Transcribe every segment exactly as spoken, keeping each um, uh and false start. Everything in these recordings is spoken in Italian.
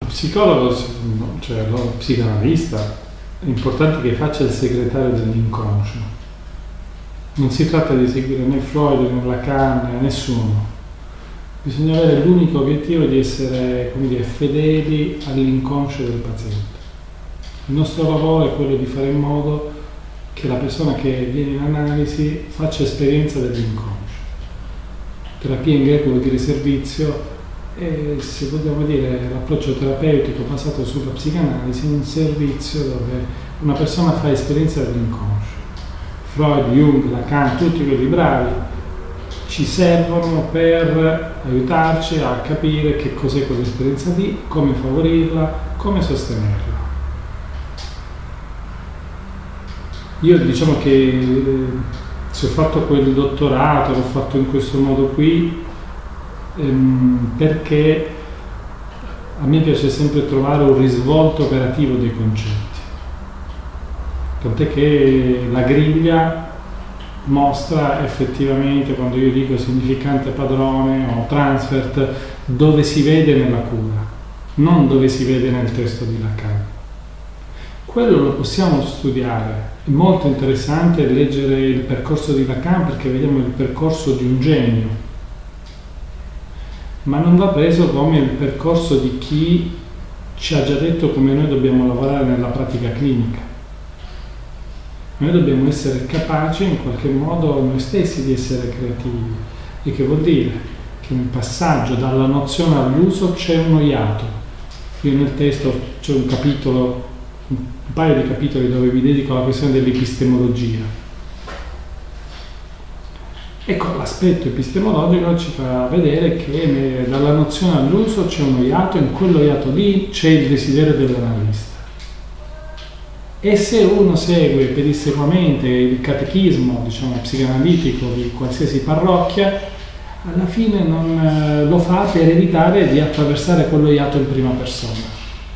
Lo psicologo, cioè lo psicanalista, è importante che faccia il segretario dell'inconscio. Non si tratta di seguire né Freud né Lacan né nessuno. Bisogna avere l'unico obiettivo di essere, come dire, fedeli all'inconscio del paziente. Il nostro lavoro è quello di fare in modo che la persona che viene in analisi faccia esperienza dell'inconscio. Terapia in greco vuol dire servizio, e se vogliamo dire l'approccio terapeutico basato sulla psicanalisi è un servizio dove una persona fa esperienza dell'inconscio. Freud, Jung, Lacan, tutti quelli bravi ci servono per aiutarci a capire che cos'è quell'esperienza lì, come favorirla, come sostenerla. Io diciamo che se ho fatto quel dottorato, l'ho fatto in questo modo qui, ehm, perché a me piace sempre trovare un risvolto operativo dei concetti. Tant'è che la griglia mostra effettivamente, quando io dico significante padrone o transfert, dove si vede nella cura, non dove si vede nel testo di Lacan. Quello lo possiamo studiare. È molto interessante leggere il percorso di Lacan perché vediamo il percorso di un genio, ma non va preso come il percorso di chi ci ha già detto come noi dobbiamo lavorare nella pratica clinica. Noi dobbiamo essere capaci in qualche modo noi stessi di essere creativi. E che vuol dire? Che nel passaggio dalla nozione all'uso c'è uno iato. Io nel testo c'è un capitolo, un paio di capitoli dove vi dedico alla questione dell'epistemologia. Ecco, l'aspetto epistemologico ci fa vedere che dalla nozione all'uso c'è uno iato, in quello iato lì c'è il desiderio dell'analista. E se uno segue pedissequamente il catechismo, diciamo, psicanalitico di qualsiasi parrocchia, alla fine non lo fa per evitare di attraversare quello iato in prima persona.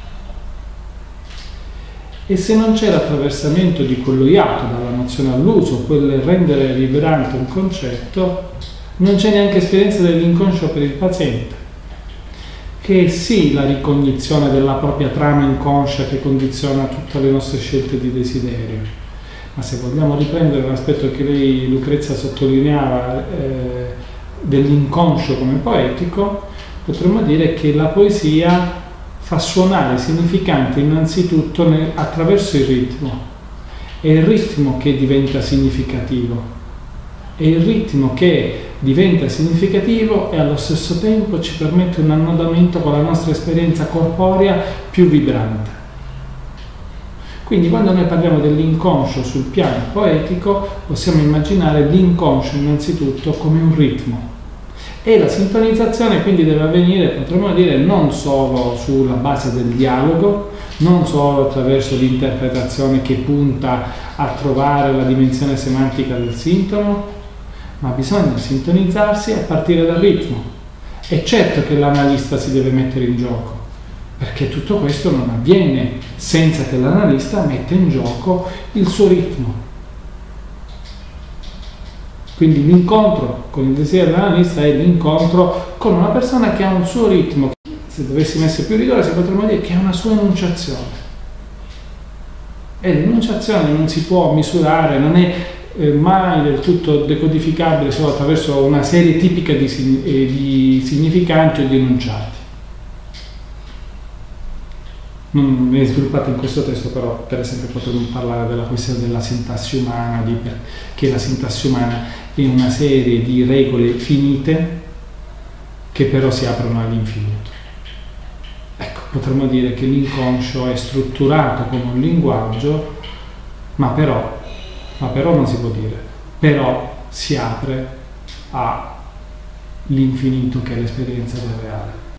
E se non c'è l'attraversamento di quello iato dalla nozione all'uso, quel rendere liberante un concetto, non c'è neanche esperienza dell'inconscio per il paziente, che è sì la ricognizione della propria trama inconscia che condiziona tutte le nostre scelte di desiderio. Ma se vogliamo riprendere l'aspetto che lei, Lucrezia, sottolineava eh, dell'inconscio come poetico, potremmo dire che la poesia fa suonare significante innanzitutto nel, attraverso il ritmo. È il ritmo che diventa significativo. È il ritmo che diventa significativo e allo stesso tempo ci permette un annodamento con la nostra esperienza corporea più vibrante. Quindi quando noi parliamo dell'inconscio sul piano poetico, possiamo immaginare l'inconscio innanzitutto come un ritmo. E la sintonizzazione quindi deve avvenire, potremmo dire, non solo sulla base del dialogo, non solo attraverso l'interpretazione che punta a trovare la dimensione semantica del sintomo, ma bisogna sintonizzarsi a partire dal ritmo. È certo che l'analista si deve mettere in gioco, perché tutto questo non avviene senza che l'analista metta in gioco il suo ritmo. Quindi l'incontro con il desiderio dell'analista è l'incontro con una persona che ha un suo ritmo. Se dovessimo essere più rigorosi potremmo dire che ha una sua enunciazione. E l'enunciazione non si può misurare, non è eh, mai del tutto decodificabile solo attraverso una serie tipica di, eh, di significanti o di enunciati. Non viene sviluppata in questo testo, però per esempio potremmo parlare della questione della sintassi umana, di per, che la sintassi umana è una serie di regole finite che però si aprono all'infinito. Ecco, potremmo dire che l'inconscio è strutturato come un linguaggio, ma però, ma però non si può dire, però si apre all'infinito che è l'esperienza del reale.